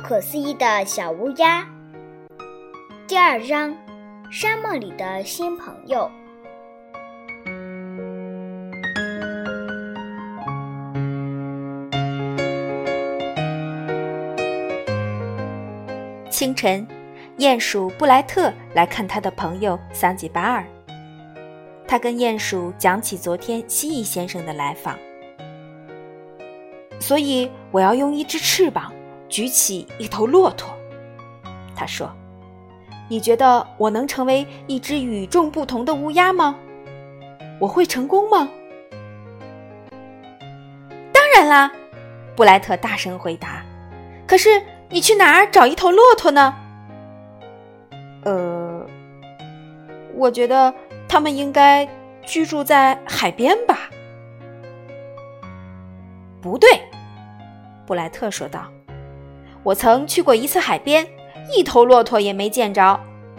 可思议的小乌鸦。第2章，沙漠里的新朋友。 清晨，鼹鼠布莱特来看他的朋友桑吉巴尔。他跟鼹鼠讲起昨天蜥蜴先生的来访。所以我要用一只翅膀举起一头骆驼，他说。你觉得我能成为一只与众不同的乌鸦吗？我会成功吗？当然啦，布莱特大声回答。可是你去哪儿找一头骆驼呢？我觉得他们应该居住在海边吧。不对，布莱特说道。我曾去过一次海边，一头骆驼也没见着。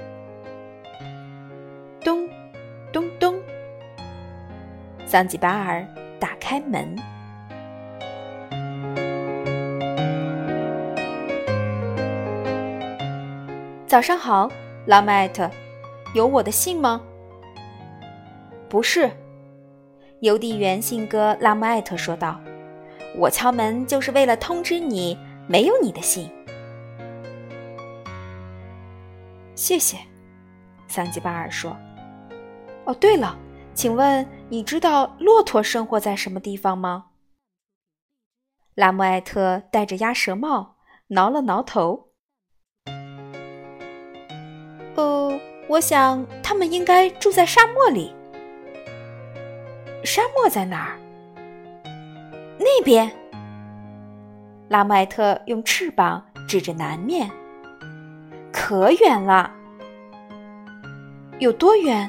咚咚咚，桑吉巴尔打开门。早上好，拉麦埃特，有我的信吗？不是，邮递员信鸽拉姆埃特说道。我敲门就是为了通知你，没有你的信。谢谢，桑吉巴尔说。哦，对了，请问你知道骆驼生活在什么地方吗？拉姆埃特戴着鸭舌帽，挠了挠头。我想他们应该住在沙漠里。沙漠在哪儿？那边。拉姆埃特用翅膀指着南面。可远了。有多远？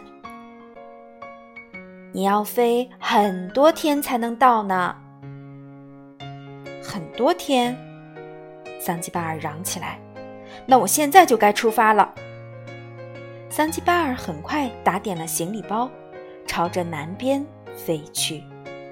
你要飞很多天才能到呢。很多天？桑吉巴尔嚷起来。那我现在就该出发了。桑吉巴尔很快打点了行李包，朝着南边飞去。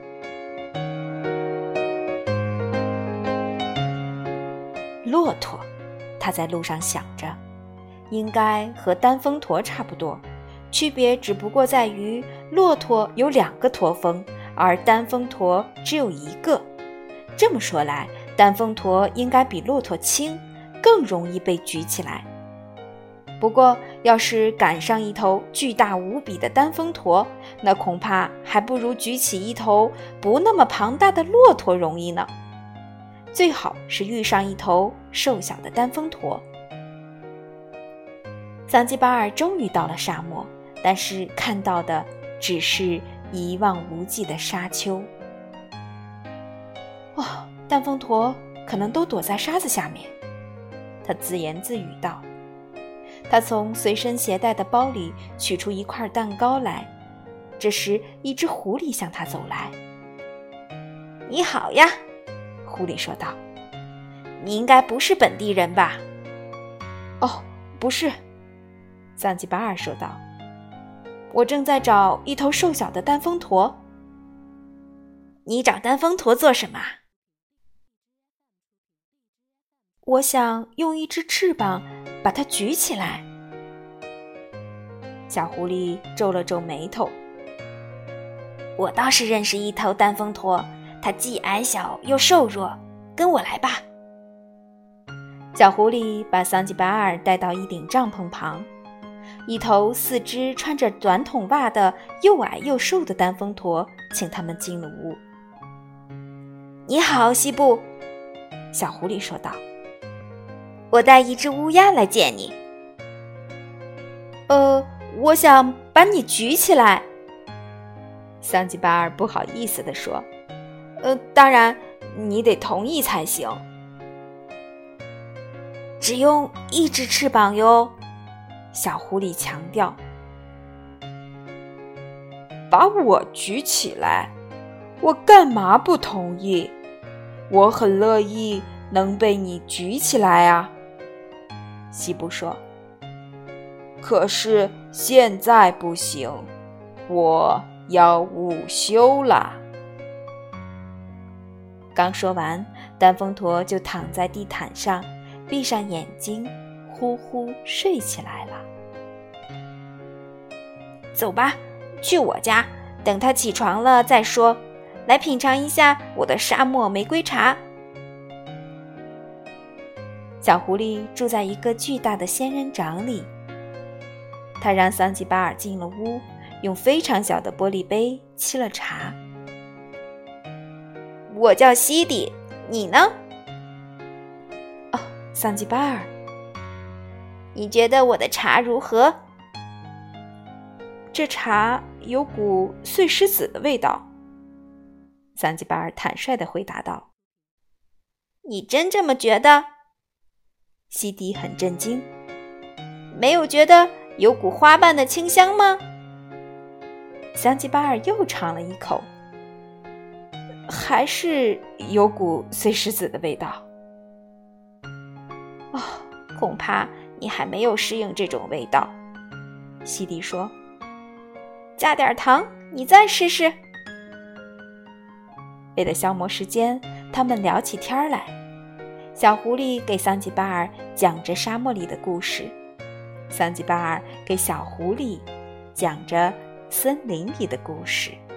骆驼，他在路上想着，应该和单峰驼差不多，区别只不过在于骆驼有2个驼峰，而单峰驼只有1个。这么说来，单峰驼应该比骆驼轻，更容易被举起来。不过，要是赶上一头巨大无比的单峰驼，那恐怕还不如举起一头不那么庞大的骆驼容易呢。最好是遇上一头瘦小的单峰驼。桑吉巴尔终于到了沙漠，但是看到的只是一望无际的沙丘。单峰驼可能都躲在沙子下面，他自言自语道。他从随身携带的包里取出一块蛋糕来。这时，一只狐狸向他走来。你好呀，狐狸说道。你应该不是本地人吧？哦，不是，桑吉巴尔说道。我正在找一头瘦小的单峰驼。你找单峰驼做什么？我想用一只翅膀把它举起来。小狐狸皱了皱眉头。我倒是认识一头单峰驼，它既矮小又瘦弱，跟我来吧。小狐狸把桑吉巴尔带到一顶帐篷旁，一头4只穿着短筒袜的又矮又瘦的单峰驼请他们进了屋。你好，西部，小狐狸说道。我带一只乌鸦来见你。我想把你举起来。桑吉巴尔不好意思地说。当然，你得同意才行。只用1只翅膀哟，小狐狸强调。把我举起来？我干嘛不同意？我很乐意能被你举起来啊。西部说。可是现在不行，我要午休啦。刚说完，单峰驼就躺在地毯上， 闭上眼睛，呼呼睡起来了。走吧，去我家，等他起床了再说。来品尝一下我的沙漠玫瑰茶。小狐狸住在一个巨大的仙人掌里，他让桑吉巴尔进了屋，用非常小的玻璃杯沏了茶。我叫西迪，你呢？哦，桑吉巴尔，你觉得我的茶如何？这茶有股碎石子的味道。桑吉巴尔坦率地回答道。你真这么觉得？西迪很震惊。没有觉得有股花瓣的清香吗？桑吉巴尔又尝了一口，还是有股碎石子的味道。哦，恐怕你还没有适应这种味道，西迪说。加点糖，你再试试。为了消磨时间，他们聊起天来。小狐狸给桑吉巴尔讲着沙漠里的故事，桑吉巴尔给小狐狸讲着森林里的故事。